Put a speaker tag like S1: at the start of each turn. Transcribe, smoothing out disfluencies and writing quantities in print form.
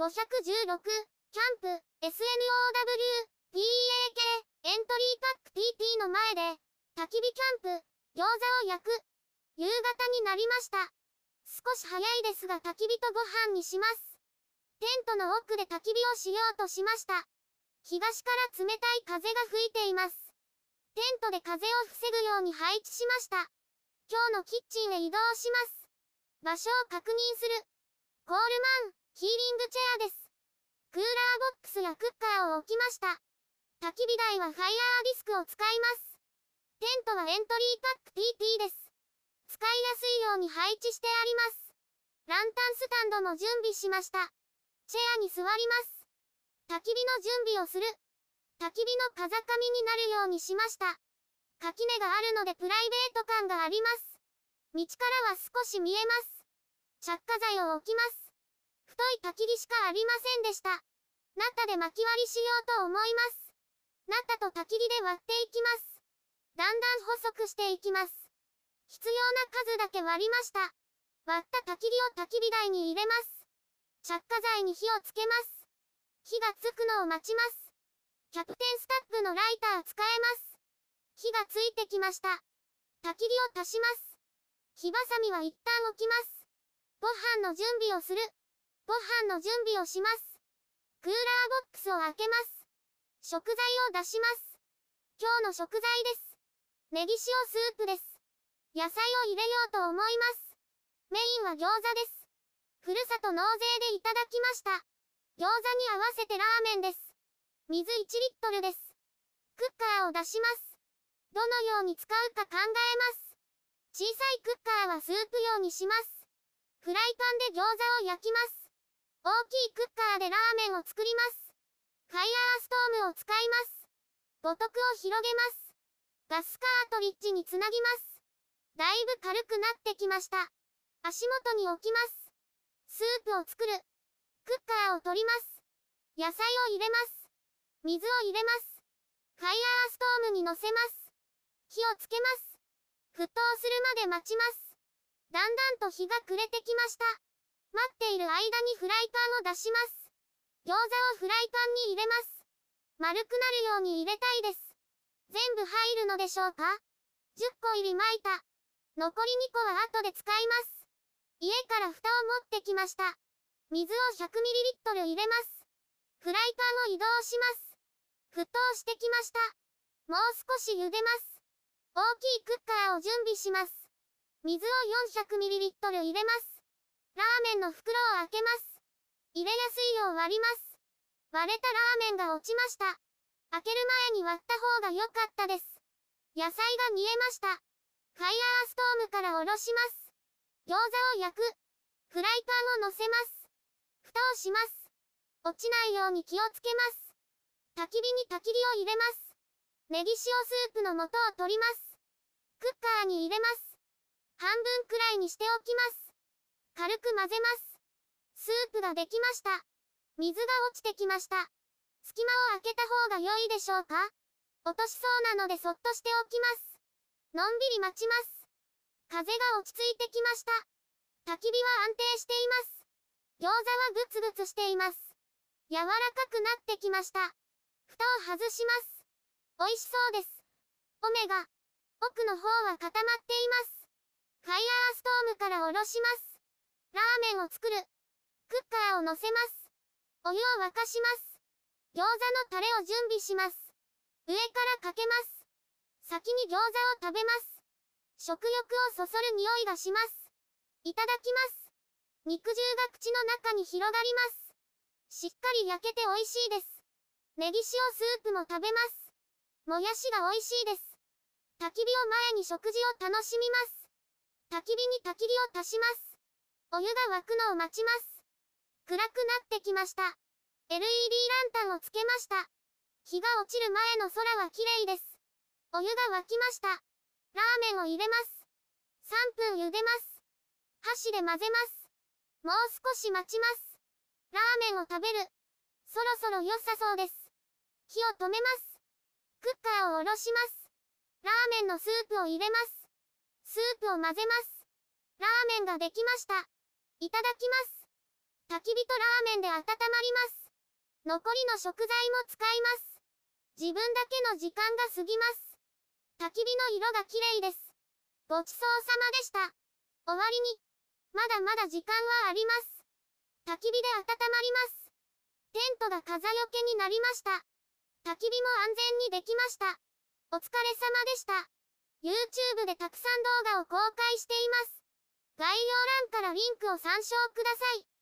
S1: 516、キャンプ、SNOW、PAK、エントリーパック TT の前で、焚き火キャンプ、餃子を焼く。夕方になりました。少し早いですが焚き火とご飯にします。テントの奥で焚き火をしようとしました。東から冷たい風が吹いています。テントで風を防ぐように配置しました。今日のキッチンへ移動します。場所を確認する。コールマン、ヒーリングチェアです。クーラーボックスやクッカーを置きました。焚き火台はファイヤーディスクを使います。テントはエントリーパック TT です。使いやすいように配置してあります。ランタンスタンドも準備しました。チェアに座ります。焚き火の準備をする。焚き火の風上になるようにしました。垣根があるのでプライベート感があります。道からは少し見えます。着火剤を置きます。太い焚き火しかありませんでした。ナタで薪割りしようと思います。ナタと焚き火で割っていきます。だんだん細くしていきます。必要な数だけ割りました。割った焚き火を焚き火台に入れます。着火剤に火をつけます。火がつくのを待ちます。キャプテンスタッフのライター使えます。火がついてきました。焚き火を足します。火ばさみは一旦置きます。ご飯の準備をする。ご飯の準備をします。クーラーボックスを開けます。食材を出します。今日の食材です。ネギ塩スープです。野菜を入れようと思います。メインは餃子です。ふるさと納税でいただきました。餃子に合わせてラーメンです。水1リットルです。クッカーを出します。どのように使うか考えます。小さいクッカーはスープ用にします。フライパンで餃子を焼きます。大きいクッカーでラーメンを作ります。ファイヤーストームを使います。五徳を広げます。ガスカートリッジにつなぎます。だいぶ軽くなってきました。足元に置きます。スープを作る。クッカーを取ります。野菜を入れます。水を入れます。ファイヤーストームに乗せます。火をつけます。沸騰するまで待ちます。だんだんと日が暮れてきました。待っている間にフライパンを出します。餃子をフライパンに入れます。丸くなるように入れたいです。全部入るのでしょうか？ 10 個入り巻いた。残り2個は後で使います。家から蓋を持ってきました。水を 100ml 入れます。フライパンを移動します。沸騰してきました。もう少し茹でます。大きいクッカーを準備します。水を 400ml 入れます。ラーメンの袋を開けます。入れやすいよう割ります。割れたラーメンが落ちました。開ける前に割った方が良かったです。野菜が煮えました。ファイヤーストームからおろします。餃子を焼く。フライパンを乗せます。蓋をします。落ちないように気をつけます。焚き火に焚き火を入れます。ネギ塩スープの素を取ります。クッカーに入れます。半分くらいにしておきます。軽く混ぜます。スープができました。水が落ちてきました。隙間を開けた方が良いでしょうか？落としそうなのでそっとしておきます。のんびり待ちます。風が落ち着いてきました。焚き火は安定しています。餃子はグツグツしています。柔らかくなってきました。蓋を外します。美味しそうです。オメガ。奥の方は固まっています。ファイヤーストームから下ろします。ラーメンを作る。クッカーを乗せます。お湯を沸かします。餃子のタレを準備します。上からかけます。先に餃子を食べます。食欲をそそる匂いがします。いただきます。肉汁が口の中に広がります。しっかり焼けて美味しいです。ネギ塩スープも食べます。もやしが美味しいです。焚き火を前に食事を楽しみます。焚き火に焚き火を足します。お湯が沸くのを待ちます。暗くなってきました。LED ランタンをつけました。日が落ちる前の空は綺麗です。お湯が沸きました。ラーメンを入れます。3分茹でます。箸で混ぜます。もう少し待ちます。ラーメンを食べる。そろそろ良さそうです。火を止めます。クッカーを下ろします。ラーメンのスープを入れます。スープを混ぜます。ラーメンができました。いただきます。 焚き火とラーメンで温まります。残りの食材も使います。自分だけの時間が過ぎます。焚き火の色が綺麗です。ごちそうさまでした。終わりに。まだまだ時間はあります。焚き火で温まります。テントが風よけになりました。焚き火も安全にできました。お疲れ様でした。YouTube でたくさん動画を公開しています。概要欄からリンクを参照ください。